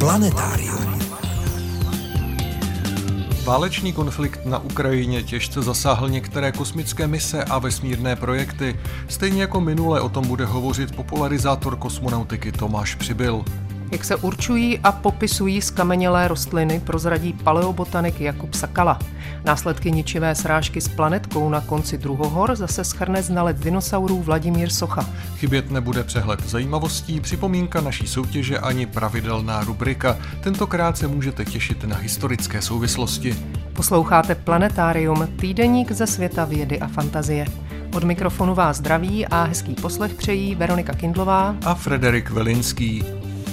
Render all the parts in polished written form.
Planetárium. Válečný konflikt na Ukrajině těžce zasáhl některé kosmické mise a vesmírné projekty. Stejně jako minule o tom bude hovořit popularizátor kosmonautiky Tomáš Přibyl. Jak se určují a popisují skamenělé rostliny, prozradí paleobotanik Jakub Sakala. Následky ničivé srážky s planetkou na konci druhohor zase shrne znalec dinosaurů Vladimír Socha. Chybět nebude přehled zajímavostí, připomínka naší soutěže ani pravidelná rubrika. Tentokrát se můžete těšit na historické souvislosti. Posloucháte Planetárium, týdeník ze světa vědy a fantazie. Od mikrofonu vás zdraví a hezký poslech přejí Veronika Kindlová a Frederik Velinský.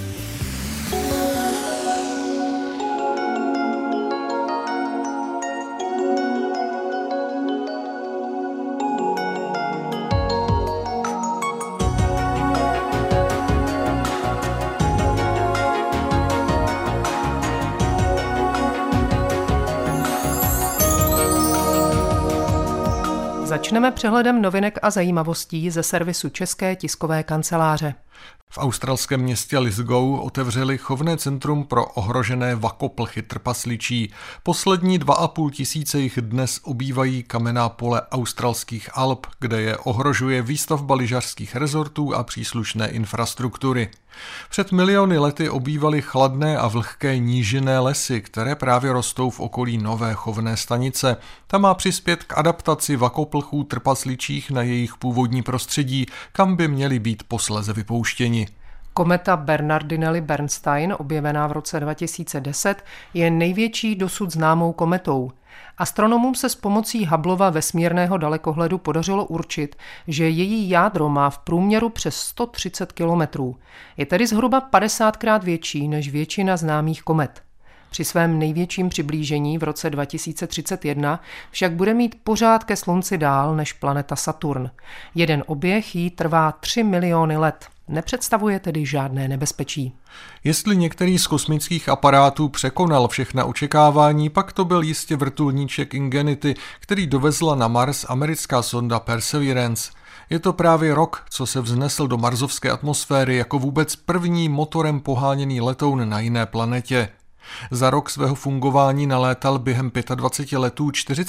Začneme přehledem novinek a zajímavostí ze servisu České tiskové kanceláře. V australském městě Lithgow otevřeli chovné centrum pro ohrožené vako-plchy trpasličí. Poslední 2,5 tisíce jich dnes obývají kamenná pole australských Alp, kde je ohrožuje výstavba lyžařských rezortů a příslušné infrastruktury. Před miliony lety obývaly chladné a vlhké nížinné lesy, které právě rostou v okolí nové chovné stanice. Ta má přispět k adaptaci vakoplchů trpasličích na jejich původní prostředí, kam by měly být posléze vypouštěni. Kometa Bernardinelli-Bernstein, objevená v roce 2010, je největší dosud známou kometou. Astronomům se s pomocí Hubbleova vesmírného dalekohledu podařilo určit, že její jádro má v průměru přes 130 kilometrů. Je tedy zhruba 50krát větší než většina známých komet. Při svém největším přiblížení v roce 2031 však bude mít pořád ke Slunci dál než planeta Saturn. Jeden oběh jí trvá 3 miliony let. Nepředstavuje tedy žádné nebezpečí. Jestli některý z kosmických aparátů překonal všechna očekávání, pak to byl jistě vrtulníček Ingenuity, který dovezla na Mars americká sonda Perseverance. Je to právě rok, co se vznesl do marsovské atmosféry jako vůbec první motorem poháněný letoun na jiné planetě. Za rok svého fungování nalétal během 25 letů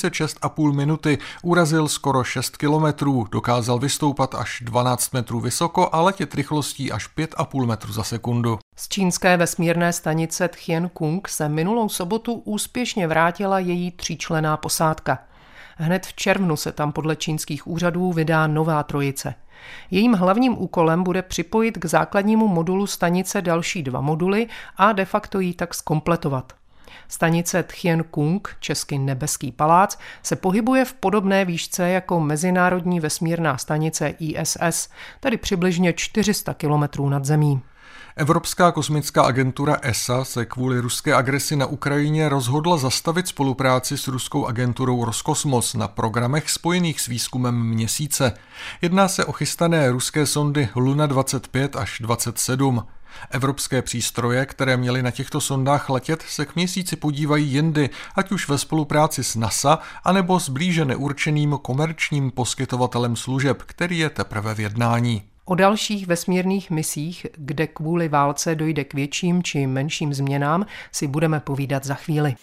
46,5 minuty, urazil skoro 6 kilometrů, dokázal vystoupat až 12 metrů vysoko a letět rychlostí až 5,5 metru za sekundu. Z čínské vesmírné stanice Tiangong se minulou sobotu úspěšně vrátila její 3členná posádka. Hned v červnu se tam podle čínských úřadů vydá nová trojice. Jejím hlavním úkolem bude připojit k základnímu modulu stanice další 2 moduly a de facto ji tak zkompletovat. Stanice Tiangong, česky Nebeský palác, se pohybuje v podobné výšce jako Mezinárodní vesmírná stanice ISS, tedy přibližně 400 kilometrů nad zemí. Evropská kosmická agentura ESA se kvůli ruské agresi na Ukrajině rozhodla zastavit spolupráci s ruskou agenturou Roskosmos na programech spojených s výzkumem Měsíce. Jedná se o chystané ruské sondy Luna 25 až 27. Evropské přístroje, které měly na těchto sondách letět, se k Měsíci podívají jindy, ať už ve spolupráci s NASA, anebo s blíže neurčeným komerčním poskytovatelem služeb, který je teprve v jednání. O dalších vesmírných misích, kde kvůli válce dojde k větším či menším změnám, si budeme povídat za chvíli.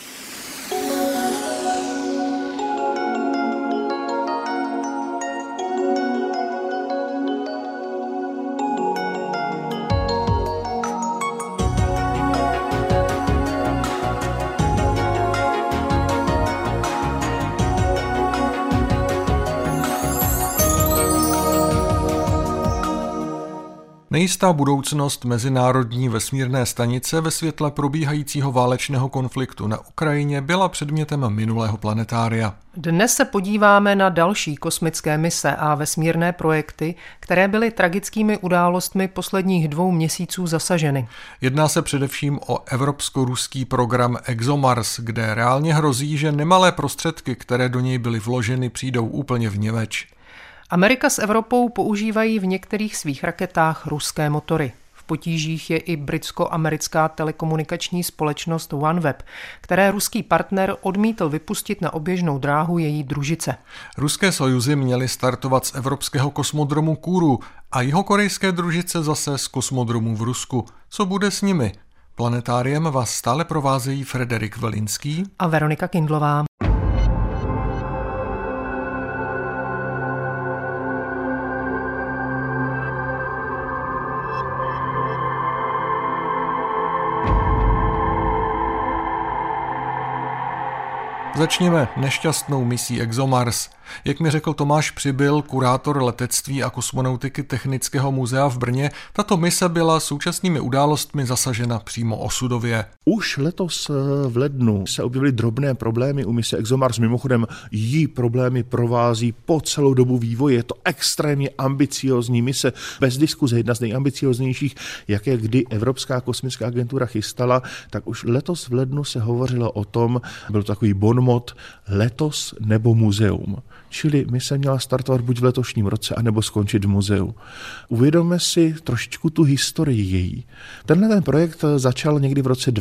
Nejistá budoucnost Mezinárodní vesmírné stanice ve světle probíhajícího válečného konfliktu na Ukrajině byla předmětem minulého planetária. Dnes se podíváme na další kosmické mise a vesmírné projekty, které byly tragickými událostmi posledních 2 měsíců zasaženy. Jedná se především o evropsko-ruský program ExoMars, kde reálně hrozí, že nemalé prostředky, které do něj byly vloženy, přijdou úplně vniveč. Amerika s Evropou používají v některých svých raketách ruské motory. V potížích je i britsko-americká telekomunikační společnost OneWeb, které ruský partner odmítl vypustit na oběžnou dráhu její družice. Ruské sojuzy měly startovat z evropského kosmodromu Kourou a jihokorejské družice zase z kosmodromu v Rusku. Co bude s nimi? Planetáriem vás stále provázejí Frederik Velinský a Veronika Kindlová. Začněme nešťastnou misí ExoMars. Jak mi řekl Tomáš Přibyl, kurátor letectví a kosmonautiky Technického muzea v Brně, tato mise byla současnými událostmi zasažena přímo osudově. Už letos v lednu se objevily drobné problémy u mise ExoMars. Mimochodem jí problémy provází po celou dobu vývoje. Je to extrémně ambiciózní mise, bez diskuze jedna z nejambicióznějších, jaké kdy Evropská kosmická agentura chystala. Tak už letos v lednu se hovořilo o tom, byl to takový bonmot, letos nebo muzeum. Čili mise měla startovat buď v letošním roce, anebo skončit v muzeu. Uvědomme si trošičku tu historii její. Tenhle projekt začal někdy v roce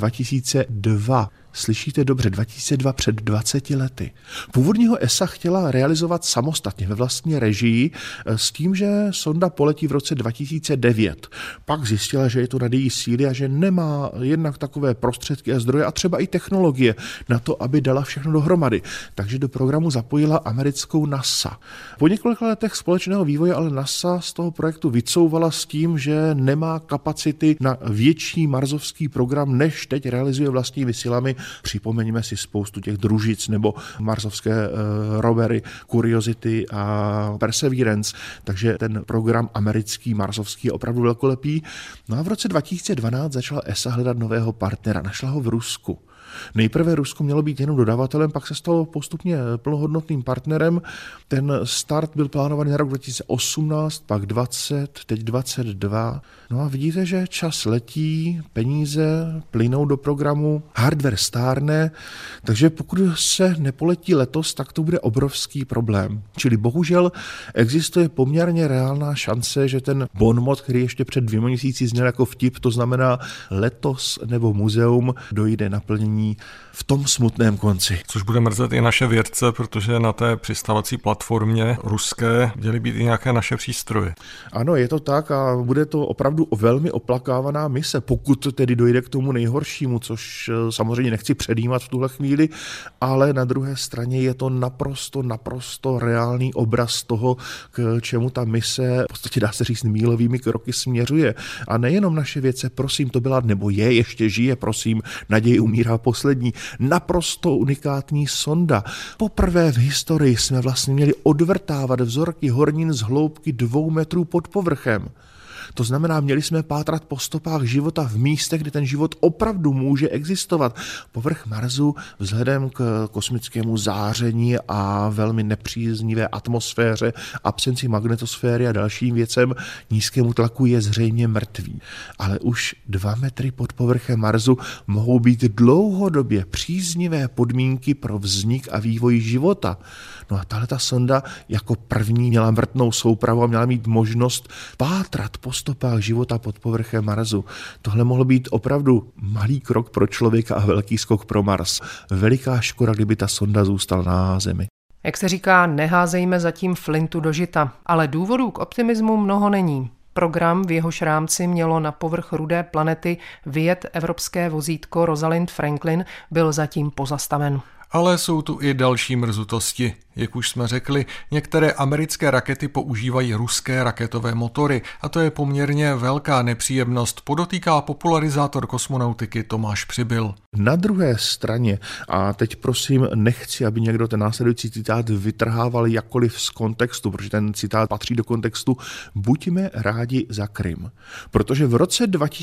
2002. Slyšíte dobře, 2002, před 20 lety. Původně ho ESA chtěla realizovat samostatně ve vlastní režii s tím, že sonda poletí v roce 2009. Pak zjistila, že je to nad její síly a že nemá jednak takové prostředky a zdroje a třeba i technologie na to, aby dala všechno dohromady. Takže do programu zapojila americkou NASA. Po několika letech společného vývoje ale NASA z toho projektu vycouvala s tím, že nemá kapacity na větší marsovský program, než teď realizuje vlastními silami. Připomeňme si spoustu těch družic nebo marsovské rovery Curiosity a Perseverance, takže ten program americký marsovský je opravdu velkolepý. No a v roce 2012 začala ESA hledat nového partnera, našla ho v Rusku. Nejprve Rusko mělo být jenom dodavatelem, pak se stalo postupně plnohodnotným partnerem. Ten start byl plánovaný na rok 2018, pak 20, teď 22. No a vidíte, že čas letí, peníze plynou do programu, hardware stárne, takže pokud se nepoletí letos, tak to bude obrovský problém. Čili bohužel existuje poměrně reálná šance, že ten bonmot, který ještě před 2 měsíci zněl jako vtip, to znamená letos nebo muzeum, dojde naplnění v tom smutném konci. Což bude mrzet i naše vědce, protože na té přistávací platformě ruské měly být i nějaké naše přístroje. Ano, je to tak a bude to opravdu velmi oplakávaná mise, pokud tedy dojde k tomu nejhoršímu, což samozřejmě nechci předjímat v tuhle chvíli, ale na druhé straně je to naprosto reálný obraz toho, k čemu ta mise, v podstatě dá se říct, mílovými kroky směřuje. A nejenom naše vědce, prosím, to byla, nebo je, ještě žije, prosím, naděje umírá poslední, naprosto unikátní sonda. Poprvé v historii jsme vlastně měli odvrtávat vzorky hornin z hloubky 2 metrů pod povrchem. To znamená, měli jsme pátrat po stopách života v místech, kde ten život opravdu může existovat. Povrch Marsu vzhledem k kosmickému záření a velmi nepříznivé atmosféře, absenci magnetosféry a dalším věcem, nízkému tlaku je zřejmě mrtvý. Ale už 2 metry pod povrchem Marsu mohou být dlouhodobě příznivé podmínky pro vznik a vývoj života. No a tahleta sonda jako první měla vrtnou soupravu a měla mít možnost pátrat po stopách života pod povrchem Marsu. Tohle mohl být opravdu malý krok pro člověka a velký skok pro Mars. Veliká škoda, kdyby ta sonda zůstala na Zemi. Jak se říká, neházejme zatím flintu do žita, ale důvodů k optimismu mnoho není. Program, v jehož rámci mělo na povrch rudé planety vyjet evropské vozítko Rosalind Franklin, byl zatím pozastaven. Ale jsou tu i další mrzutosti. Jak už jsme řekli, některé americké rakety používají ruské raketové motory a to je poměrně velká nepříjemnost, podotýká popularizátor kosmonautiky Tomáš Přibyl. Na druhé straně, a teď prosím, nechci, aby někdo ten následující citát vytrhával jakkoliv z kontextu, protože ten citát patří do kontextu, buďme rádi za Krym. Protože v roce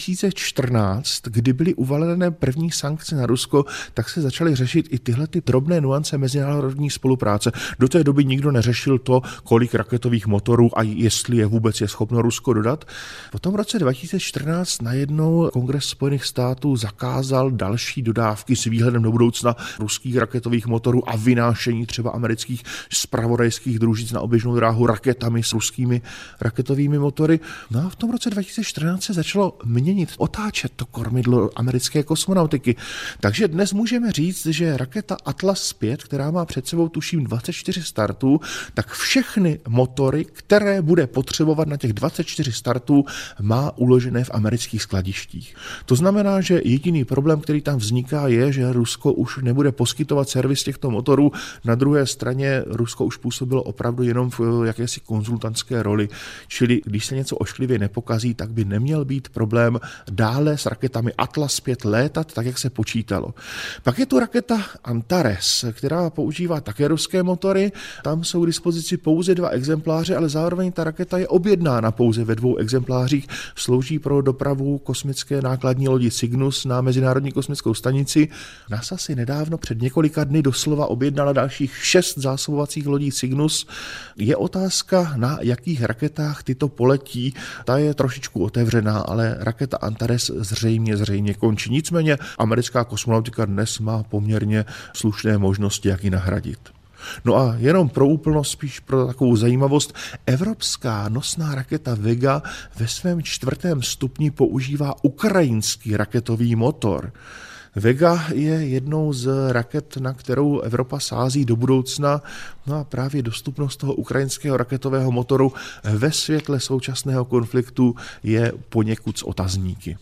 2014, kdy byly uvalené první sankce na Rusko, tak se začaly řešit i tyhle ty drobné nuance mezinárodní spolupráce. Do té doby nikdo neřešil to, kolik raketových motorů a jestli je vůbec schopno Rusko dodat. Potom v roce 2014 najednou Kongres Spojených států zakázal další další dodávky s výhledem do budoucna ruských raketových motorů a vynášení třeba amerických zpravodajských družic na oběžnou dráhu raketami s ruskými raketovými motory. No a v tom roce 2014 se začalo měnit, otáčet to kormidlo americké kosmonautiky. Takže dnes můžeme říct, že raketa Atlas 5, která má před sebou tuším 24 startů, tak všechny motory, které bude potřebovat na těch 24 startů, má uložené v amerických skladištích. To znamená, že jediný problém, který tam vzniká, je, že Rusko už nebude poskytovat servis těchto motorů. Na druhé straně Rusko už působilo opravdu jenom v jakési konzultantské roli, čili když se něco ošklivě nepokazí, tak by neměl být problém dále s raketami Atlas 5 létat tak, jak se počítalo. Pak je tu raketa Antares, která používá také ruské motory. Tam jsou k dispozici pouze 2 exempláře, ale zároveň ta raketa je objednána pouze ve 2 exemplářích. Slouží pro dopravu kosmické nákladní lodi Cygnus na Mezinárodní kosmickou stanici. NASA si nedávno před několika dny doslova objednala dalších 6 zásobovacích lodí Cygnus. Je otázka, na jakých raketách tyto poletí. Ta je trošičku otevřená, ale raketa Antares zřejmě končí. Nicméně americká kosmonautika dnes má poměrně slušné možnosti, jak ji nahradit. No a jenom pro úplnost, spíš pro takovou zajímavost, evropská nosná raketa Vega ve svém 4. stupni používá ukrajinský raketový motor. Vega je jednou z raket, na kterou Evropa sází do budoucna, no a právě dostupnost toho ukrajinského raketového motoru ve světle současného konfliktu je poněkud s otazníky.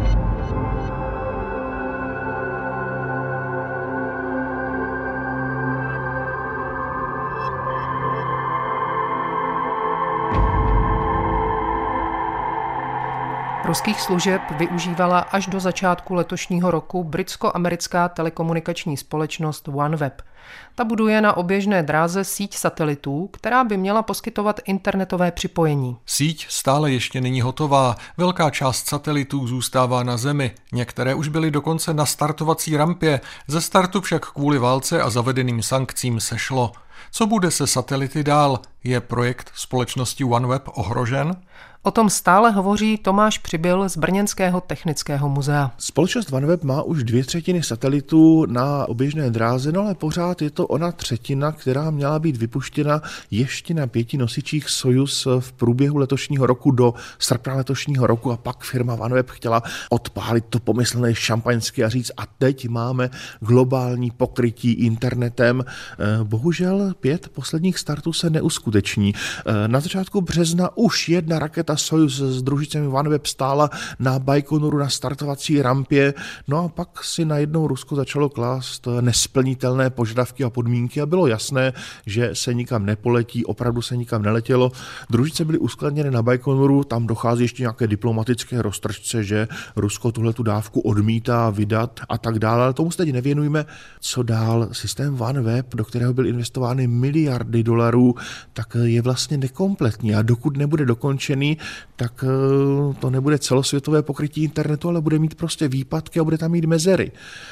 Ruských služeb využívala až do začátku letošního roku britsko-americká telekomunikační společnost OneWeb. Ta buduje na oběžné dráze síť satelitů, která by měla poskytovat internetové připojení. Síť stále ještě není hotová, velká část satelitů zůstává na Zemi, některé už byly dokonce na startovací rampě, ze startu však kvůli válce a zavedeným sankcím sešlo. Co bude se satelity dál? Je projekt společnosti OneWeb ohrožen? O tom stále hovoří Tomáš Přibyl z Brněnského technického muzea. Společnost OneWeb má už 2/3 satelitů na oběžné dráze, no ale pořád je to ona 1/3, která měla být vypuštěna ještě na 5 nosičích Sojuz v průběhu letošního roku do srpna letošního roku a pak firma OneWeb chtěla odpálit to pomyslné šampaňské a říct, a teď máme globální pokrytí internetem. Bohužel 5 posledních startů se neuskuteční. Na začátku března už jedna raketa Sojuz s družicemi OneWeb stála na Bajkonuru na startovací rampě, no a pak si najednou Rusko začalo klást nesplnitelné požadavky a podmínky a bylo jasné, že se nikam nepoletí, opravdu se nikam neletělo. Družice byly uskladněny na Bajkonuru, tam dochází ještě nějaké diplomatické roztržce, že Rusko tuhletu dávku odmítá vydat a tak dále, ale tomu se teď nevěnujeme. Co dál? Systém OneWeb, do kterého byly investovány miliardy dolarů, tak je vlastně nekompletní a dokud nebude dokončený, tak to nebude celosvětové pokrytí internetu, ale bude mít prostě výpadky a bude tam mít mezery.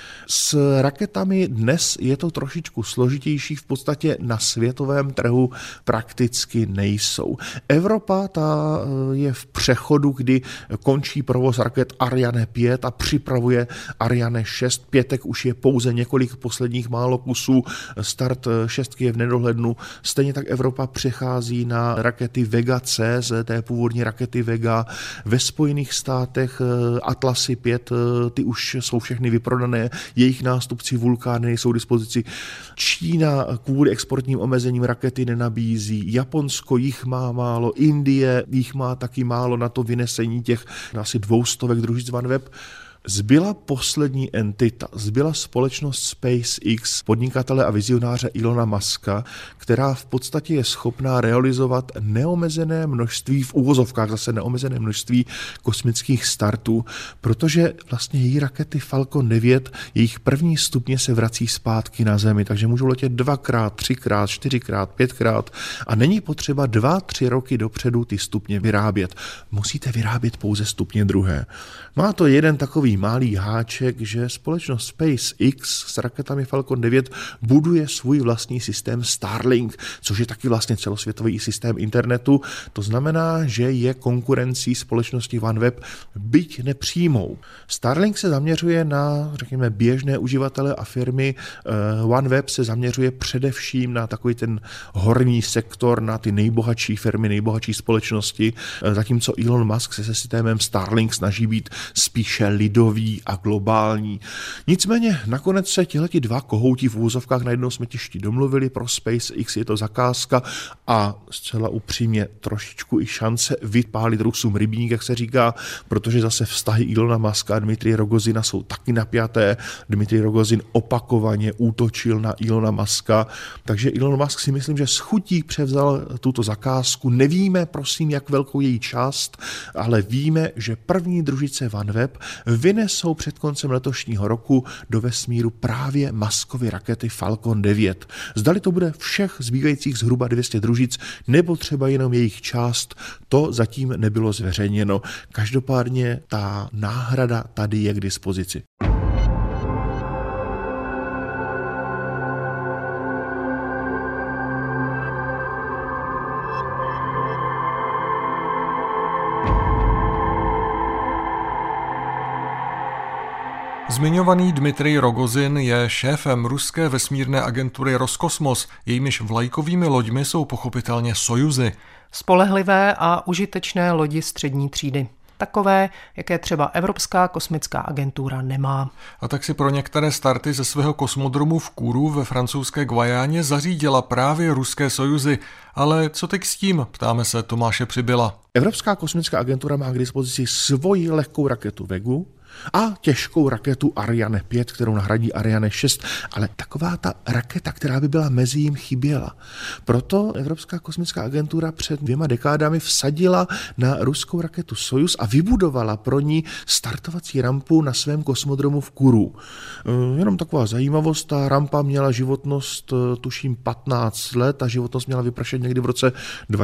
S raketami dnes je to trošičku složitější, v podstatě na světovém trhu prakticky nejsou. Evropa ta je v přechodu, kdy končí provoz raket Ariane 5 a připravuje Ariane 6. 5 už je pouze několik posledních málo kusů, start 6 je v nedohlednu. Stejně tak Evropa přechází na rakety Vega C z té původní rakety Vega. Ve Spojených státech Atlasy 5, ty už jsou všechny vyprodané, jejich nástupci Vulkány nejsou k dispozici. Čína kvůli exportním omezením rakety nenabízí, Japonsko jich má málo, Indie jich má taky málo na to vynesení těch asi 200 družic OneWeb. Zbyla poslední entita, zbyla společnost SpaceX, podnikatele a vizionáře Elona Muska, která v podstatě je schopná realizovat neomezené množství, v uvozovkách zase neomezené množství kosmických startů, protože vlastně její rakety Falcon 9, jejich první stupně se vrací zpátky na Zemi, takže můžou letět 2x, 3x, 4x, 5x a není potřeba 2-3 roky dopředu ty stupně vyrábět. Musíte vyrábět pouze stupně druhé. Má to jeden takový takový malý háček, že společnost SpaceX s raketami Falcon 9 buduje svůj vlastní systém Starlink, což je taky vlastně celosvětový systém internetu. To znamená, že je konkurencí společnosti OneWeb, byť nepřímou. Starlink se zaměřuje na, řekněme, běžné uživatele a firmy. OneWeb se zaměřuje především na takový ten horní sektor, na ty nejbohatší firmy, nejbohatší společnosti, zatímco Elon Musk se systémem Starlink snaží být spíše lidový a globální. Nicméně nakonec se tihleti dva kohouti v úvozovkách na jednou smetišti domluvili, pro SpaceX je to zakázka a zcela upřímně trošičku i šance vypálit Rusům rybník, jak se říká, protože zase vztahy Elona Muska a Dmitrije Rogozina jsou taky napjaté. Dmitrij Rogozin opakovaně útočil na Elona Muska, takže Elon Musk si myslím, že s chutí převzal tuto zakázku. Nevíme, prosím, jak velkou její část, ale víme, že první družice OneWeb vynesou před koncem letošního roku do vesmíru právě Muskovy rakety Falcon 9. Zdali to bude všech zbývajících zhruba 200 družic, nebo třeba jenom jejich část, to zatím nebylo zveřejněno. Každopádně ta náhrada tady je k dispozici. Zmiňovaný Dmitrij Rogozin je šéfem ruské vesmírné agentury Roskosmos, jejímiž vlajkovými loďmi jsou pochopitelně Sojuzy. Spolehlivé a užitečné lodi střední třídy. Takové, jaké třeba Evropská kosmická agentura nemá. A tak si pro některé starty ze svého kosmodromu v Kourou ve francouzské Guajáně zařídila právě ruské Sojuzy. Ale co teď s tím, ptáme se Tomáše Přibyla. Evropská kosmická agentura má k dispozici svoji lehkou raketu Vegu a těžkou raketu Ariane 5, kterou nahradí Ariane 6, ale taková ta raketa, která by byla mezi jim, chyběla. Proto Evropská kosmická agentura před 2 dekádami vsadila na ruskou raketu Sojuz a vybudovala pro ní startovací rampu na svém kosmodromu v Kourou. Jenom taková zajímavost, ta rampa měla životnost tuším 15 let a životnost měla vypršet někdy v roce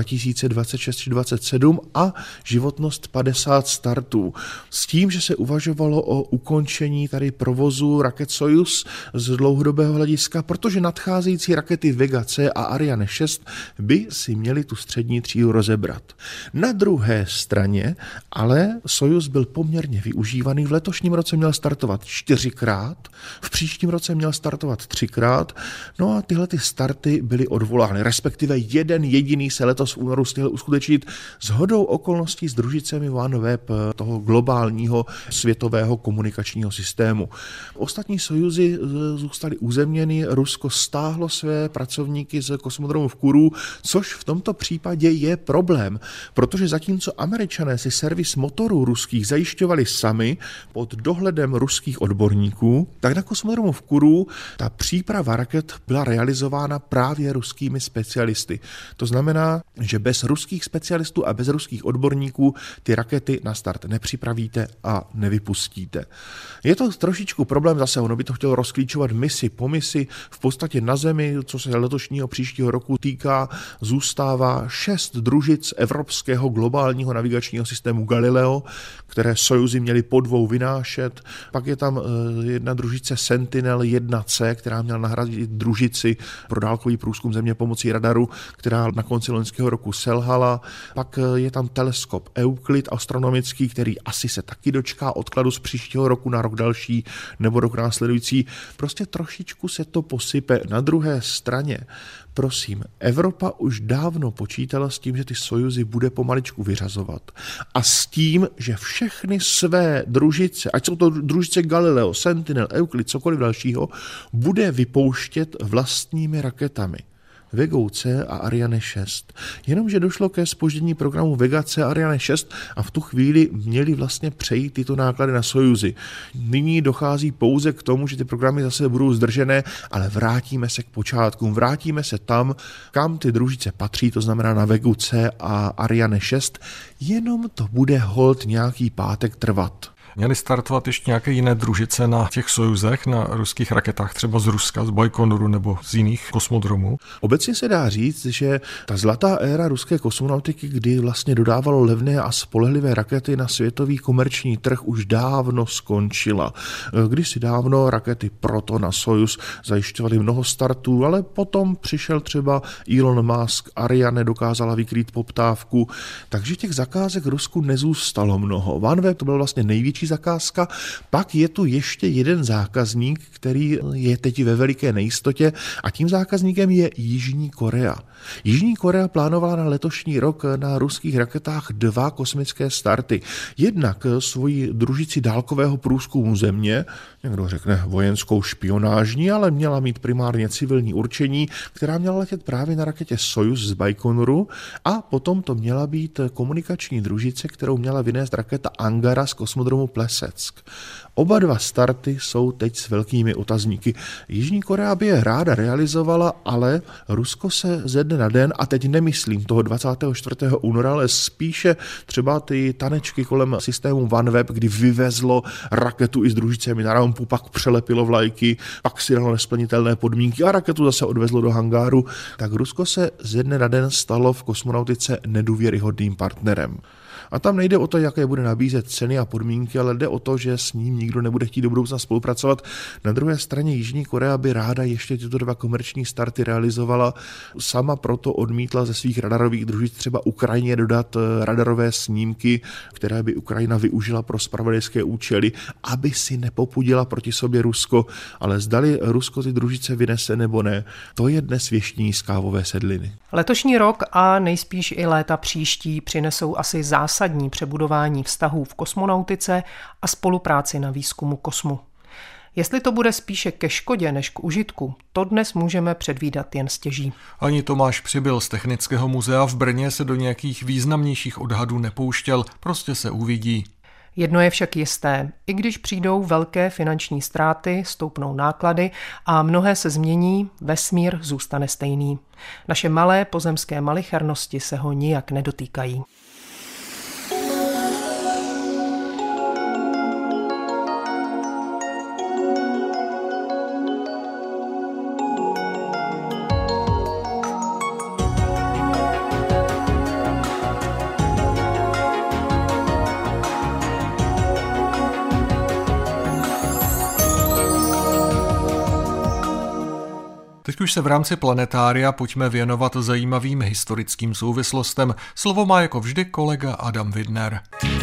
2026 či 2027 a životnost 50 startů. S tím, že se uvažovalo o ukončení tady provozu raket Sojuz z dlouhodobého hlediska, protože nadcházející rakety Vega C a Ariane 6 by si měly tu střední třídu rozebrat. Na druhé straně ale Sojuz byl poměrně využívaný. V letošním roce měl startovat 4krát, v příštím roce měl startovat 3krát, no a tyhle ty starty byly odvolány, respektive jeden jediný se letos v únoru stihl uskutečnit shodou okolností s družicemi OneWeb, toho globálního světového komunikačního systému. Ostatní Sojuzy zůstaly uzemněny, Rusko stáhlo své pracovníky z kosmodromu v Kourou, což v tomto případě je problém, protože zatímco Američané si servis motorů ruských zajišťovali sami pod dohledem ruských odborníků, tak na kosmodromu v Kourou ta příprava raket byla realizována právě ruskými specialisty. To znamená, že bez ruských specialistů a bez ruských odborníků ty rakety na start nepřipravíte a nevypustíte. Je to trošičku problém zase, ono by to chtělo rozklíčovat misi po misi. V podstatě na Zemi, co se letošního příštího roku týká, zůstává 6 družic evropského globálního navigačního systému Galileo, které Sojuzy měly po 2 vynášet. Pak je tam jedna družice Sentinel 1C, která měla nahradit družici pro dálkový průzkum Země pomocí radaru, která na konci loňského roku selhala. Pak je tam teleskop Euclid astronomický, který asi se taky dočká odkladu z příštího roku na rok další nebo rok následující. Prostě trošičku se to posype. Na druhé straně, prosím, Evropa už dávno počítala s tím, že ty Sojuzy bude pomaličku vyřazovat a s tím, že všechny své družice, ať jsou to družice Galileo, Sentinel, Euclid, cokoliv dalšího, bude vypouštět vlastními raketami. Vegou C a Ariane 6. Jenomže došlo ke zpoždění programu Vega C a Ariane 6 a v tu chvíli měli vlastně přejít tyto náklady na Sojuzy. Nyní dochází pouze k tomu, že ty programy zase budou zdržené, ale vrátíme se k počátkům, vrátíme se tam, kam ty družice patří, to znamená na Vegu C a Ariane 6, jenom to bude holt nějaký pátek trvat. Měly startovat ještě nějaké jiné družice na těch Sojuzech, na ruských raketách, třeba z Ruska, z Bajkonuru nebo z jiných kosmodromů? Obecně se dá říct, že ta zlatá éra ruské kosmonautiky, kdy vlastně dodávalo levné a spolehlivé rakety na světový komerční trh, už dávno skončila. Kdysi dávno rakety Proton a Sojuz zajišťovaly mnoho startů, ale potom přišel třeba Elon Musk, Ariane dokázala vykrýt poptávku, takže těch zakázek Rusku nezůstalo mnoho. OneWeb to byl vlastně největší zakázka, pak je tu ještě jeden zákazník, který je teď ve veliké nejistotě a tím zákazníkem je Jižní Korea. Jižní Korea plánovala na letošní rok na ruských raketách 2 kosmické starty. Jednak svoji družici dálkového průzkumu země, někdo řekne vojenskou špionážní, ale měla mít primárně civilní určení, která měla letět právě na raketě Sojuz z Bajkonuru a potom to měla být komunikační družice, kterou měla vynést raketa Angara z kosmodromu Plesetsk. Oba 2 starty jsou teď s velkými otazníky. Jižní Korea by je ráda realizovala, ale Rusko se ze dne na den, a teď nemyslím toho 24. února, ale spíše třeba ty tanečky kolem systému OneWeb, kdy vyvezlo raketu i s družicemi na rampu, pak přelepilo vlajky, pak si dalo nesplnitelné podmínky a raketu zase odvezlo do hangáru, tak Rusko se ze dne na den stalo v kosmonautice nedůvěryhodným partnerem. A tam nejde o to, jaké bude nabízet ceny a podmínky, ale jde o to, že s ním nikdo nebude chtít do budoucna spolupracovat. Na druhé straně Jižní Korea by ráda ještě tyto 2 komerční starty realizovala. Sama proto odmítla ze svých radarových družic třeba Ukrajině dodat radarové snímky, které by Ukrajina využila pro zpravodajské účely, aby si nepopudila proti sobě Rusko. Ale zdali Rusko ty družice vynese nebo ne, to je dnes věštění z kávové sedliny. Letošní rok a nejspíš i léta příští přinesou asi zásadní přebudování vztahů v kosmonautice a spolupráci na výzkumu kosmu. Jestli to bude spíše ke škodě než k užitku, to dnes můžeme předvídat jen stěží. Ani Tomáš Přibyl z Technického muzea v Brně se do nějakých významnějších odhadů nepouštěl, prostě se uvidí. Jedno je však jisté, i když přijdou velké finanční ztráty, stoupnou náklady a mnohé se změní, vesmír zůstane stejný. Naše malé pozemské malichernosti se ho nijak nedotýkají. Teď už se v rámci planetária pojďme věnovat zajímavým historickým souvislostem. Slovo má jako vždy kolega Adam Widner.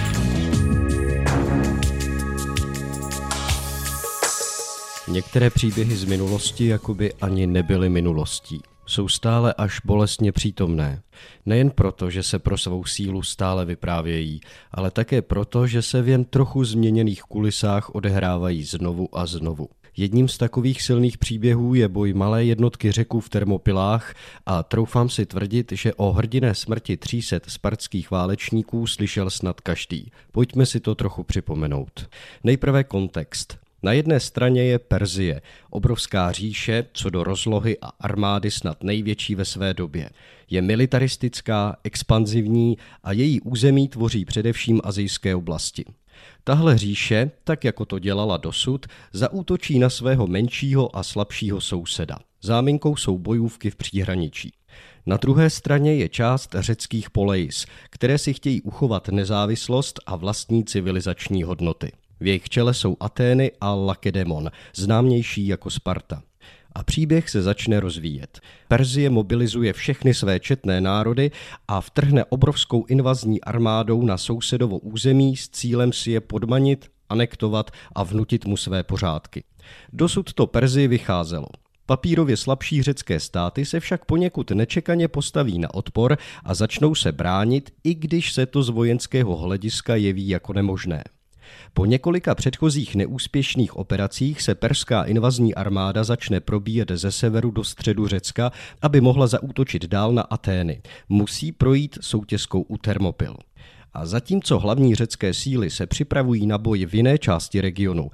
Některé příběhy z minulosti jakoby ani nebyly minulostí. Jsou stále až bolestně přítomné. Nejen proto, že se pro svou sílu stále vyprávějí, ale také proto, že se v jen trochu změněných kulisách odehrávají znovu a znovu. Jedním z takových silných příběhů je boj malé jednotky Řeků v Termopilách a troufám si tvrdit, že o hrdinné smrti 300 spartských válečníků slyšel snad každý. Pojďme si to trochu připomenout. Nejprve kontext. Na jedné straně je Persie, obrovská říše, co do rozlohy a armády snad největší ve své době. Je militaristická, expanzivní a její území tvoří především asijské oblasti. Tahle říše, tak jako to dělala dosud, zaútočí na svého menšího a slabšího souseda. Záminkou jsou bojůvky v příhraničí. Na druhé straně je část řeckých polejs, které si chtějí uchovat nezávislost a vlastní civilizační hodnoty. V jejich čele jsou Atény a Lakedemon, známější jako Sparta. A příběh se začne rozvíjet. Perzie mobilizuje všechny své četné národy a vtrhne obrovskou invazní armádou na sousedovo území s cílem si je podmanit, anektovat a vnutit mu své pořádky. Dosud to Perzii vycházelo. Papírově slabší řecké státy se však poněkud nečekaně postaví na odpor a začnou se bránit, i když se to z vojenského hlediska jeví jako nemožné. Po několika předchozích neúspěšných operacích se perská invazní armáda začne probíjet ze severu do středu Řecka, aby mohla zaútočit dál na Atény. Musí projít soutězkou u Termopil. A zatímco hlavní řecké síly se připravují na boj v jiné části regionu,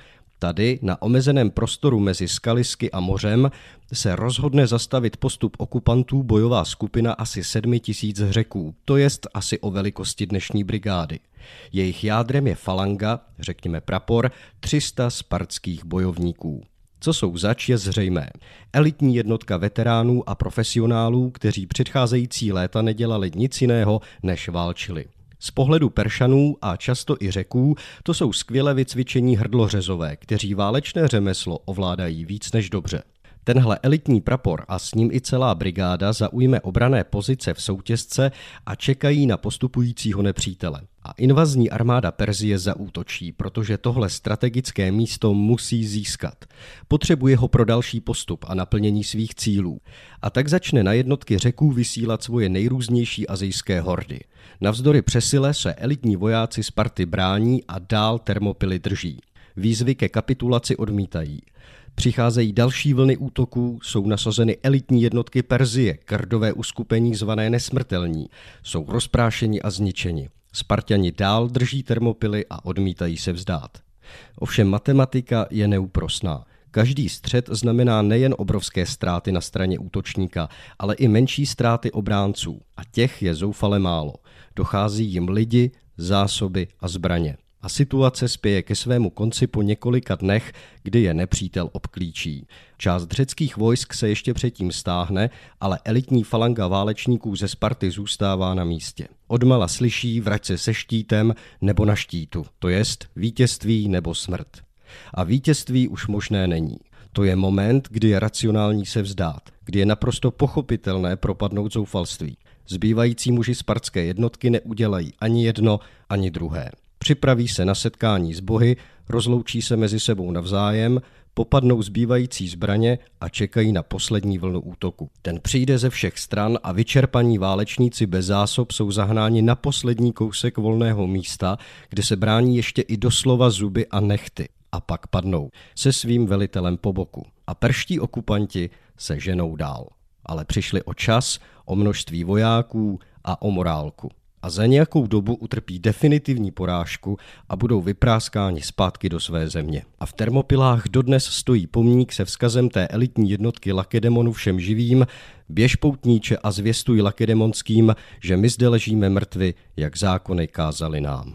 Tady, na omezeném prostoru mezi Skalisky a mořem, se rozhodne zastavit postup okupantů bojová skupina asi 7 000 Řeků, to jest asi o velikosti dnešní brigády. Jejich jádrem je falanga, řekněme prapor, 300 spartských bojovníků. Co jsou zač, je zřejmé. Elitní jednotka veteránů a profesionálů, kteří předcházející léta nedělali nic jiného, než válčili. Z pohledu Peršanů a často i Řeků to jsou skvěle vycvičení hrdlořezové, kteří válečné řemeslo ovládají víc než dobře. Tenhle elitní prapor a s ním i celá brigáda zaujme obranné pozice v soutěsce a čekají na postupujícího nepřítele. A invazní armáda Perzie zaútočí, protože tohle strategické místo musí získat. Potřebuje ho pro další postup a naplnění svých cílů. A tak začne na jednotky Řeků vysílat svoje nejrůznější asijské hordy. Navzdory přesile se elitní vojáci Sparty brání a dál Termopily drží. Výzvy ke kapitulaci odmítají. Přicházejí další vlny útoků, jsou nasazeny elitní jednotky Perzie, krdové uskupení zvané Nesmrtelní. Jsou rozprášeni a zničeni. Sparťani dál drží Termopily a odmítají se vzdát. Ovšem matematika je neúprosná. Každý střet znamená nejen obrovské ztráty na straně útočníka, ale i menší ztráty obránců. A těch je zoufale málo. Dochází jim lidi, zásoby a zbraně. A situace spěje ke svému konci po několika dnech, kdy je nepřítel obklíčí. Část řeckých vojsk se ještě předtím stáhne, ale elitní falanga válečníků ze Sparty zůstává na místě. Odmala slyší vrať se se štítem nebo na štítu, to jest vítězství nebo smrt. A vítězství už možné není. To je moment, kdy je racionální se vzdát, kdy je naprosto pochopitelné propadnout zoufalství. Zbývající muži spartské jednotky neudělají ani jedno, ani druhé. Připraví se na setkání s bohy, rozloučí se mezi sebou navzájem, popadnou zbývající zbraně a čekají na poslední vlnu útoku. Ten přijde ze všech stran a vyčerpaní válečníci bez zásob jsou zahnáni na poslední kousek volného místa, kde se brání ještě i doslova zuby a nehty. A pak padnou se svým velitelem po boku. A perští okupanti se ženou dál. Ale přišli o čas, o množství vojáků a o morálku. A za nějakou dobu utrpí definitivní porážku a budou vypráskáni zpátky do své země. A v Termopilách dodnes stojí pomník se vzkazem té elitní jednotky Lakedemonu všem živým: běž poutníče a zvěstuj lakedemonským, že my zde ležíme mrtvi, jak zákony kázali nám.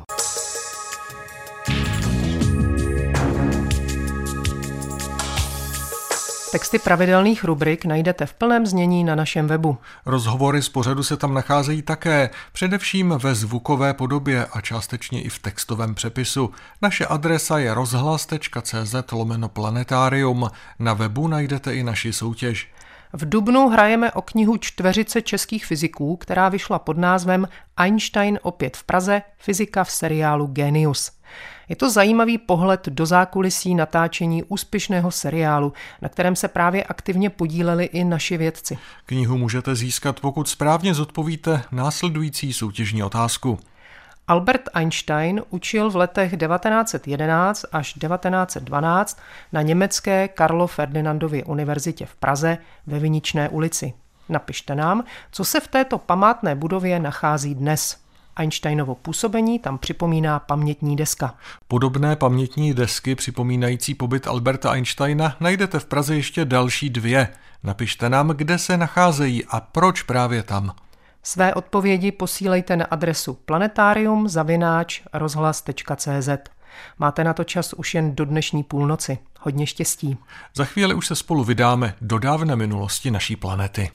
Texty pravidelných rubrik najdete v plném znění na našem webu. Rozhovory z pořadu se tam nacházejí také, především ve zvukové podobě a částečně i v textovém přepisu. Naše adresa je rozhlas.cz/planetarium. Na webu najdete i naši soutěž. V dubnu hrajeme o knihu čtveřice českých fyziků, která vyšla pod názvem Einstein opět v Praze, fyzika v seriálu Genius. Je to zajímavý pohled do zákulisí natáčení úspěšného seriálu, na kterém se právě aktivně podíleli i naši vědci. Knihu můžete získat, pokud správně zodpovíte následující soutěžní otázku. Albert Einstein učil v letech 1911 až 1912 na německé Karlo Ferdinandově univerzitě v Praze ve Viničné ulici. Napište nám, co se v této památné budově nachází dnes. Einsteinovo působení tam připomíná pamětní deska. Podobné pamětní desky připomínající pobyt Alberta Einsteina najdete v Praze ještě další 2. Napište nám, kde se nacházejí a proč právě tam. Své odpovědi posílejte na adresu planetarium@rozhlas.cz. Máte na to čas už jen do dnešní půlnoci. Hodně štěstí. Za chvíli už se spolu vydáme do dávné minulosti naší planety.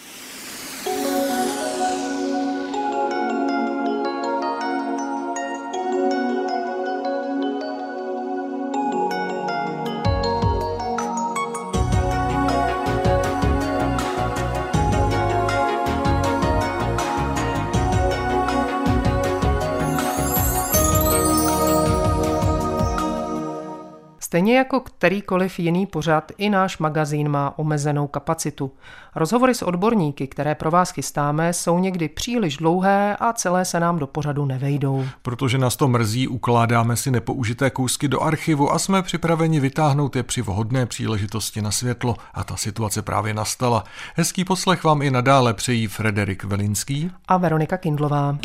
Stejně jako kterýkoliv jiný pořad, i náš magazín má omezenou kapacitu. Rozhovory s odborníky, které pro vás chystáme, jsou někdy příliš dlouhé a celé se nám do pořadu nevejdou. Protože nás to mrzí, ukládáme si nepoužité kousky do archivu a jsme připraveni vytáhnout je při vhodné příležitosti na světlo. A ta situace právě nastala. Hezký poslech vám i nadále přejí Frederik Velinský a Veronika Kindlová.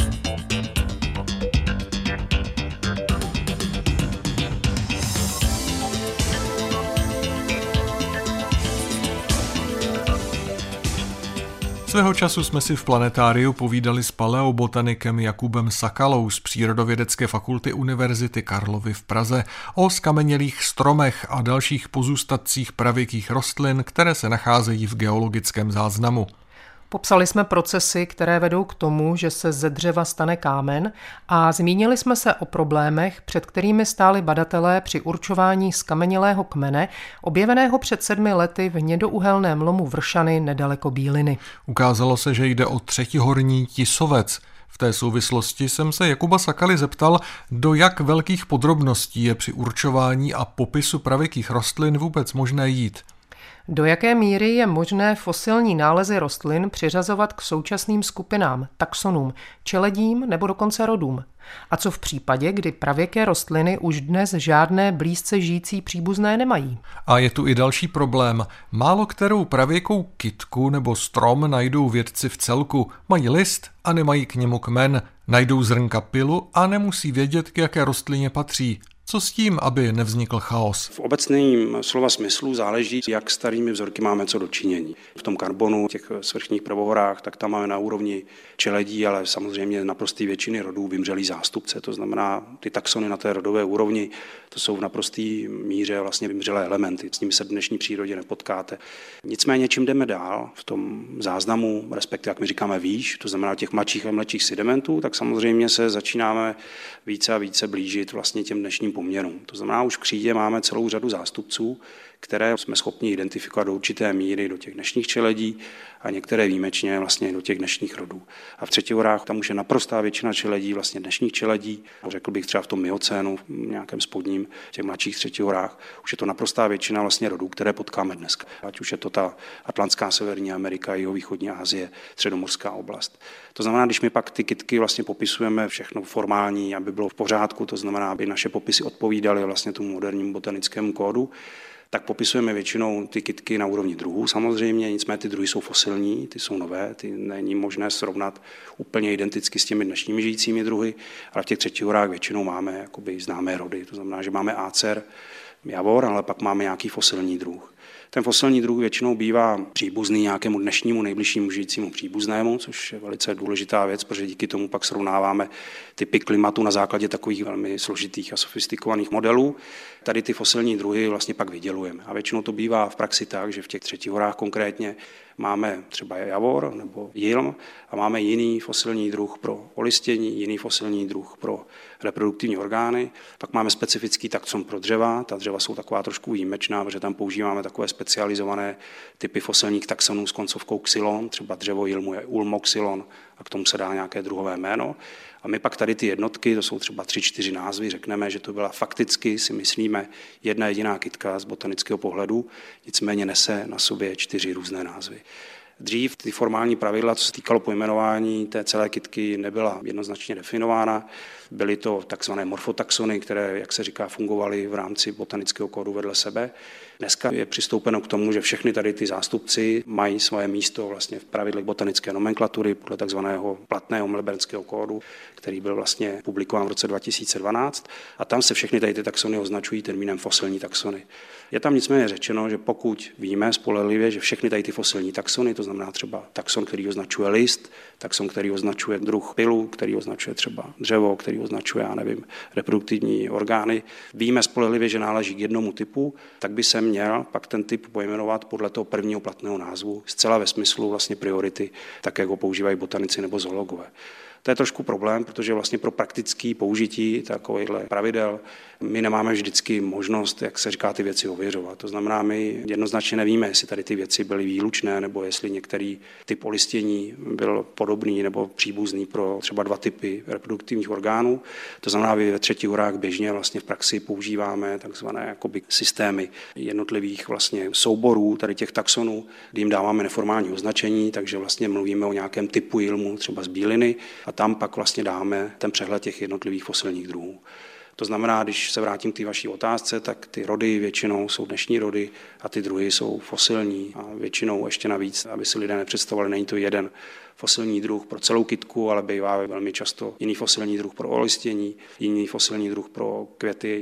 Svého času jsme si v planetáriu povídali s paleobotanikem Jakubem Sakalou z Přírodovědecké fakulty Univerzity Karlovy v Praze o skamenělých stromech a dalších pozůstatcích pravěkých rostlin, které se nacházejí v geologickém záznamu. Popsali jsme procesy, které vedou k tomu, že se ze dřeva stane kámen, a zmínili jsme se o problémech, před kterými stáli badatelé při určování skamenělého kmene, objeveného před 7 lety v hnědouhelném lomu Vršany nedaleko Bíliny. Ukázalo se, že jde o třetihorní tisovec. V té souvislosti jsem se Jakuba Sakaly zeptal, do jak velkých podrobností je při určování a popisu pravěkých rostlin vůbec možné jít. Do jaké míry je možné fosilní nálezy rostlin přiřazovat k současným skupinám, taxonům, čeledím nebo dokonce rodům? A co v případě, kdy pravěké rostliny už dnes žádné blízce žijící příbuzné nemají? A je tu i další problém. Málo kterou pravěkou kytku nebo strom najdou vědci v celku. Mají list a nemají k němu kmen. Najdou zrnka pylu a nemusí vědět, k jaké rostlině patří. Co s tím, aby nevznikl chaos? V obecném slova smyslu záleží, jak starými vzorky máme co dočinění. V tom karbonu, těch svrchních prvohorách, tak tam máme na úrovni čeledí, ale samozřejmě naprosté většiny rodů vymřelý zástupce. To znamená, ty taxony na té rodové úrovni, to jsou v naprosté míře vlastně vymřelé elementy. S nimi se v dnešní přírodě nepotkáte. Nicméně, čím jdeme dál v tom záznamu, respektive, jak my říkáme, výš, to znamená těch mladších a mladších sedimentů, tak samozřejmě se začínáme více a více blížit vlastně těm dnešním poměrům. To znamená, už v křídě máme celou řadu zástupců, které jsme schopni identifikovat do určité míry do těch dnešních čeledí a některé výjimečně vlastně do těch dnešních rodů. A v třetihorách tam už je naprostá většina čeledí, vlastně dnešních čeledí, řekl bych třeba v tom miocénu, v nějakém spodním, v těch mladších třetihorách, už je to naprostá většina vlastně rodů, které potkáme dneska. Ať už je to ta Atlantská Severní Amerika, jihovýchodní Asie, středomořská oblast. To znamená, když my pak ty kytky vlastně popisujeme všechno formální, aby bylo v pořádku, to znamená, aby naše popisy odpovídaly vlastně tomu modernímu botanickému kódu, tak popisujeme většinou ty kytky na úrovni druhů samozřejmě, nicméně ty druhy jsou fosilní, ty jsou nové, ty není možné srovnat úplně identicky s těmi dnešními žijícími druhy, ale v těch třetihorách většinou máme jakoby známé rody, to znamená, že máme ácer, javor, ale pak máme nějaký fosilní druh. Ten fosilní druh většinou bývá příbuzný nějakému dnešnímu nejbližšímu žijícímu příbuznému, což je velice důležitá věc, protože díky tomu pak srovnáváme typy klimatu na základě takových velmi složitých a sofistikovaných modelů. Tady ty fosilní druhy vlastně pak vydělujeme. A většinou to bývá v praxi tak, že v těch třetihorách konkrétně máme třeba javor nebo jilm a máme jiný fosilní druh pro olistění, jiný fosilní druh pro reproduktivní orgány. Pak máme specifický taxon pro dřeva. Ta dřeva jsou taková trošku výjimečná, protože tam používáme takové specializované typy fosilních taxonů s koncovkou xylon, třeba dřevo jilmu je ulmoxylon a k tomu se dá nějaké druhové jméno. A my pak tady ty jednotky, to jsou třeba 3-4 názvy, řekneme, že to byla fakticky, si myslíme, jedna jediná kytka z botanického pohledu, nicméně nese na sobě 4 různé názvy. Dřív ty formální pravidla, co se týkalo pojmenování té celé kytky, nebyla jednoznačně definována. Byly to takzvané morfotaxony, které, jak se říká, fungovaly v rámci botanického kódu vedle sebe. Dneska je přistoupeno k tomu, že všechny tady ty zástupci mají svoje místo vlastně v pravidlech botanické nomenklatury podle takzvaného platného melbourneského kódu, který byl vlastně publikován v roce 2012. A tam se všechny tady ty taxony označují termínem fosilní taxony. Je tam nicméně řečeno, že pokud víme spolehlivě, že všechny tady ty fosilní taxony, to znamená třeba taxon, který označuje list, taxon, který označuje druh pylu, který označuje třeba dřevo, který označuje, já nevím, reproduktivní orgány, víme spolehlivě, že náleží k jednomu typu, tak by se měl pak ten typ pojmenovat podle toho prvního platného názvu, zcela ve smyslu vlastně priority, tak jak ho používají botanici nebo zoologové. To je trošku problém, protože vlastně pro praktické použití takovýchhle pravidel my nemáme vždycky možnost, jak se říká, ty věci ověřovat. To znamená, my jednoznačně nevíme, jestli tady ty věci byly výlučné, nebo jestli některý typ olistění byl podobný nebo příbuzný pro třeba 2 typy reproduktivních orgánů. To znamená, že ve třetihorách běžně vlastně v praxi používáme takzvané jakoby systémy jednotlivých vlastně souborů tady těch taxonů, kdy jim dáváme neformální označení, takže vlastně mluvíme o nějakém typu jilmu, třeba z bíliny, a tam pak vlastně dáme ten přehled těch jednotlivých fosilních druhů. To znamená, když se vrátím k té vaší otázce, tak ty rody většinou jsou dnešní rody a ty druhy jsou fosilní a většinou ještě navíc, aby si lidé nepředstavovali, není to jeden fosilní druh pro celou kytku, ale bývá velmi často jiný fosilní druh pro olistění, jiný fosilní druh pro květy,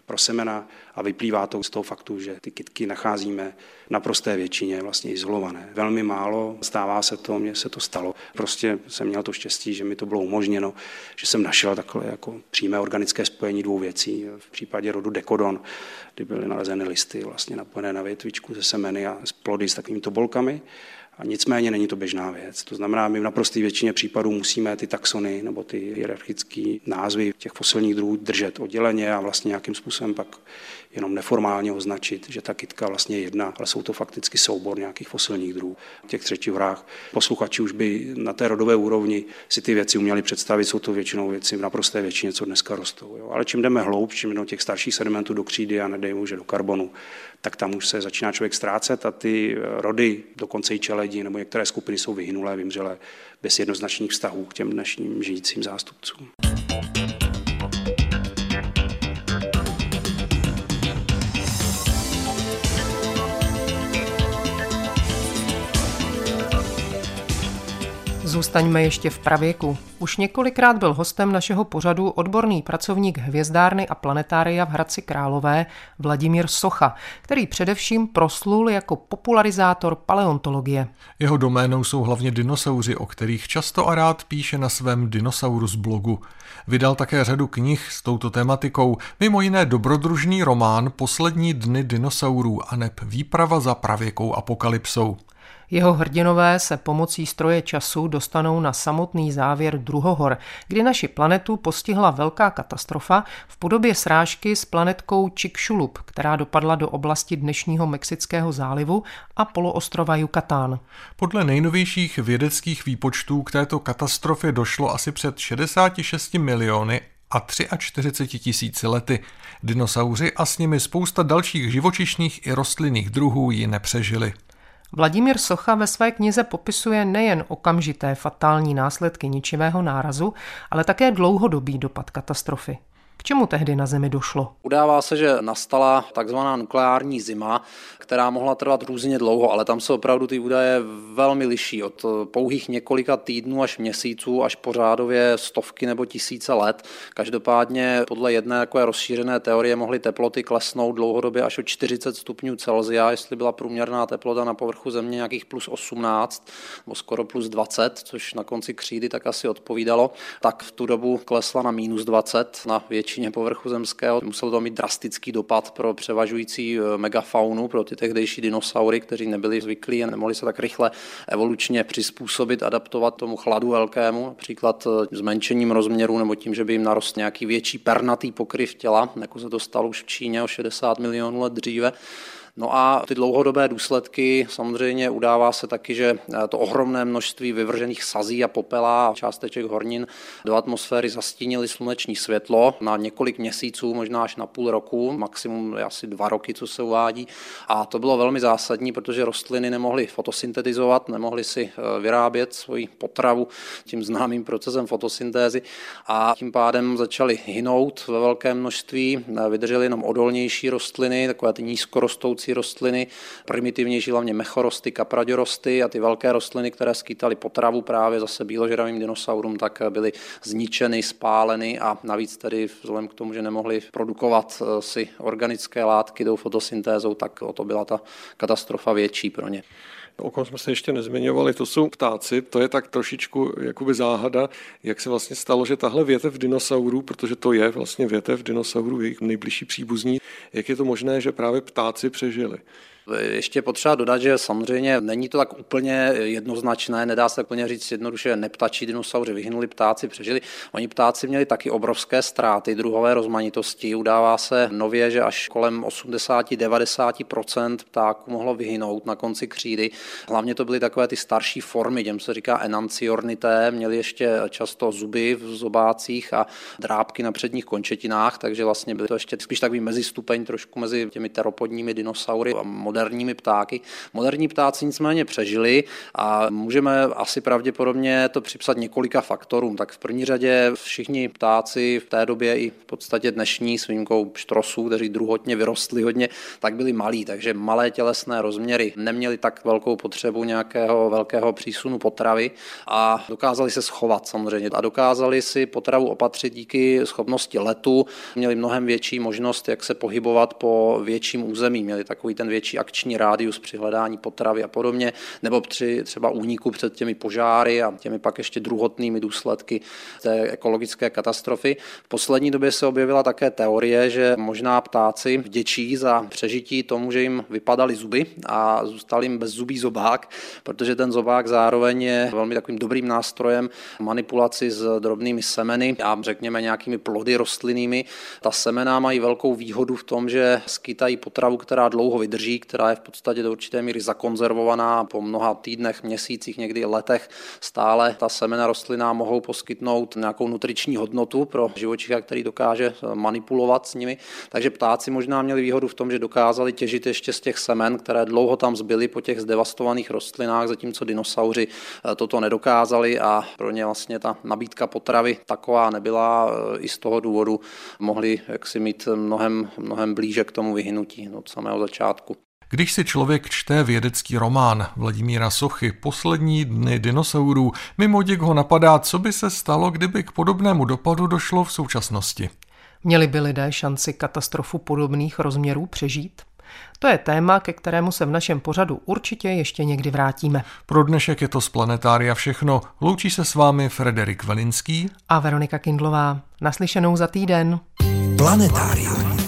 pro semena a vyplývá to z toho faktu, že ty kytky nacházíme na prosté většině vlastně izolované. Velmi málo, stává se to, mně se to stalo. Prostě jsem měl to štěstí, že mi to bylo umožněno, že jsem našel takhle jako přímé organické spojení dvou věcí. V případě rodu Dekodon, kdy byly nalezeny listy vlastně napojené na větvičku ze semeny a z plody s takovýmito bolkami. A nicméně není to běžná věc. To znamená, my v naprosté většině případů musíme ty taxony nebo ty hierarchické názvy těch fosilních druhů držet odděleně a vlastně nějakým způsobem pak jenom neformálně označit, že ta kytka vlastně je jedna, ale jsou to fakticky soubor nějakých fosilních druhů. V těch třetích horách posluchači už by na té rodové úrovni si ty věci uměli představit, jsou to většinou věci v naprosté většině, co dneska rostou. Jo. Ale čím jdeme hloub, čím do těch starších sedimentů do křídy a nedej bože do karbonu, tak tam už se začíná člověk ztrácet a ty rody, dokonce i čeledi nebo některé skupiny jsou vyhynulé, vymřelé, bez jednoznačných vztahů k těm dnešním žijícím zástupcům. Zůstaňme ještě v pravěku. Už několikrát byl hostem našeho pořadu odborný pracovník hvězdárny a planetária v Hradci Králové Vladimír Socha, který především proslul jako popularizátor paleontologie. Jeho doménou jsou hlavně dinosauři, o kterých často a rád píše na svém Dinosaurus blogu. Vydal také řadu knih s touto tematikou, mimo jiné dobrodružný román Poslední dny dinosaurů a neb Výprava za pravěkou apokalypsou. Jeho hrdinové se pomocí stroje času dostanou na samotný závěr druhohor, kdy naši planetu postihla velká katastrofa v podobě srážky s planetkou Chicxulub, která dopadla do oblasti dnešního Mexického zálivu a poloostrova Yucatán. Podle nejnovějších vědeckých výpočtů k této katastrofě došlo asi před 66 miliony a 43 tisíci lety. Dinosauři a s nimi spousta dalších živočišných i rostlinných druhů ji nepřežili. Vladimír Socha ve své knize popisuje nejen okamžité fatální následky ničivého nárazu, ale také dlouhodobý dopad katastrofy. K čemu tehdy na Zemi došlo? Udává se, že nastala takzvaná nukleární zima, která mohla trvat různě dlouho, ale tam se opravdu ty údaje velmi liší od pouhých několika týdnů až měsíců až po řádově stovky nebo tisíce let. Každopádně podle jedné takové rozšířené teorie mohly teploty klesnout dlouhodobě až o 40 stupňů Celsia, jestli byla průměrná teplota na povrchu Země nějakých plus 18 nebo skoro plus 20, což na konci křídy tak asi odpovídalo, tak v tu dobu klesla na minus 20 na většině povrchu zemského. Muselo to mít drastický dopad pro převažující megafaunu, pro ty tehdejší dinosaury, kteří nebyli zvyklí a nemohli se tak rychle evolučně přizpůsobit, adaptovat tomu chladu velkému, například zmenšením rozměru nebo tím, že by jim narostl nějaký větší pernatý pokryv těla, jako se to stalo už v Číně o 60 milionů let dříve. No a ty dlouhodobé důsledky samozřejmě udává se taky, že to ohromné množství vyvržených sazí a popela a částeček hornin do atmosféry zastínily sluneční světlo na několik měsíců, možná až na půl roku, maximum asi 2 roky, co se uvádí. A to bylo velmi zásadní, protože rostliny nemohly fotosyntetizovat, nemohly si vyrábět svoji potravu tím známým procesem fotosyntézy a tím pádem začaly hynout ve velkém množství, vydržely jenom odolnější rostliny, takové ty nízkorostoucí rostliny, primitivnější hlavně mechorosty, kapradorosty a ty velké rostliny, které skýtaly potravu právě zase bíložravým dinosaurům, tak byly zničeny, spáleny a navíc tedy vzhledem k tomu, že nemohly produkovat si organické látky tou fotosyntézou, tak o to byla ta katastrofa větší pro ně. O kom jsme se ještě nezmiňovali, to jsou ptáci, to je tak trošičku jakoby záhada, jak se vlastně stalo, že tahle větev dinosaurů, protože to je vlastně větev dinosaurů, jejich nejbližší příbuzní, jak je to možné, že právě ptáci přežili? Ještě potřeba dodat, že samozřejmě není to tak úplně jednoznačné, nedá se úplně říct jednoduše, neptačí dinosauři vyhynuli, ptáci přežili. Oni ptáci měli taky obrovské ztráty druhové rozmanitosti. Udává se nově, že až kolem 80-90% ptáků mohlo vyhynout na konci křídy. Hlavně to byly takové ty starší formy, těm se říká enanciornité, měli ještě často zuby v zobácích a drápky na předních končetinách, takže vlastně byly to ještě spíš takový mezistupeň trošku mezi těmi teropodními dinosaury a moderními ptáky. Moderní ptáci nicméně přežili a můžeme asi pravděpodobně to připsat několika faktorům. Tak v první řadě všichni ptáci v té době i v podstatě dnešní s výjimkou štrosů, kteří druhotně vyrostli hodně, tak byli malí, takže malé tělesné rozměry, neměli tak velkou potřebu nějakého velkého přísunu potravy a dokázali se schovat samozřejmě a dokázali si potravu opatřit díky schopnosti letu, měli mnohem větší možnost, jak se pohybovat po větším území, měli takový ten větší akční rádius při hledání potravy a podobně, nebo při třeba úniku před těmi požáry a těmi pak ještě druhotnými důsledky té ekologické katastrofy. V poslední době se objevila také teorie, že možná ptáci vděčí za přežití tomu, že jim vypadaly zuby a zůstal jim bezzubý zobák, protože ten zobák zároveň je velmi takovým dobrým nástrojem manipulaci s drobnými semeny a řekněme nějakými plody rostlinnými. Ta semena mají velkou výhodu v tom, že skýtají potravu, která dlouho vydrží, která je v podstatě do určité míry zakonzervovaná po mnoha týdnech, měsících, někdy letech. Stále ta semena rostlinná mohou poskytnout nějakou nutriční hodnotu pro živočicha, který dokáže manipulovat s nimi. Takže ptáci možná měli výhodu v tom, že dokázali těžit ještě z těch semen, které dlouho tam zbyly po těch zdevastovaných rostlinách, zatímco dinosauři toto nedokázali a pro ně vlastně ta nabídka potravy taková nebyla. I z toho důvodu mohli jaksi mít mnohem blíže k tomu vyhynutí od samého začátku. Když si člověk čte vědecký román Vladimíra Sochy Poslední dny dinosaurů, mimoděk ho napadá, co by se stalo, kdyby k podobnému dopadu došlo v současnosti. Měli by lidé šanci katastrofu podobných rozměrů přežít? To je téma, ke kterému se v našem pořadu určitě ještě někdy vrátíme. Pro dnešek je to z Planetária všechno. Loučí se s vámi Frederik Velinský a Veronika Kindlová. Naslyšenou za týden. Planetárium.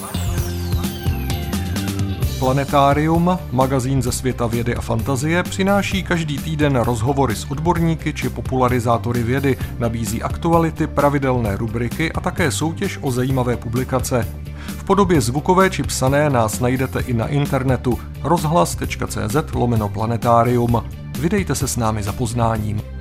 Planetárium, magazín ze světa vědy a fantazie, přináší každý týden rozhovory s odborníky či popularizátory vědy, nabízí aktuality, pravidelné rubriky a také soutěž o zajímavé publikace. V podobě zvukové či psané nás najdete i na internetu rozhlas.cz/planetarium. Vydejte se s námi za poznáním.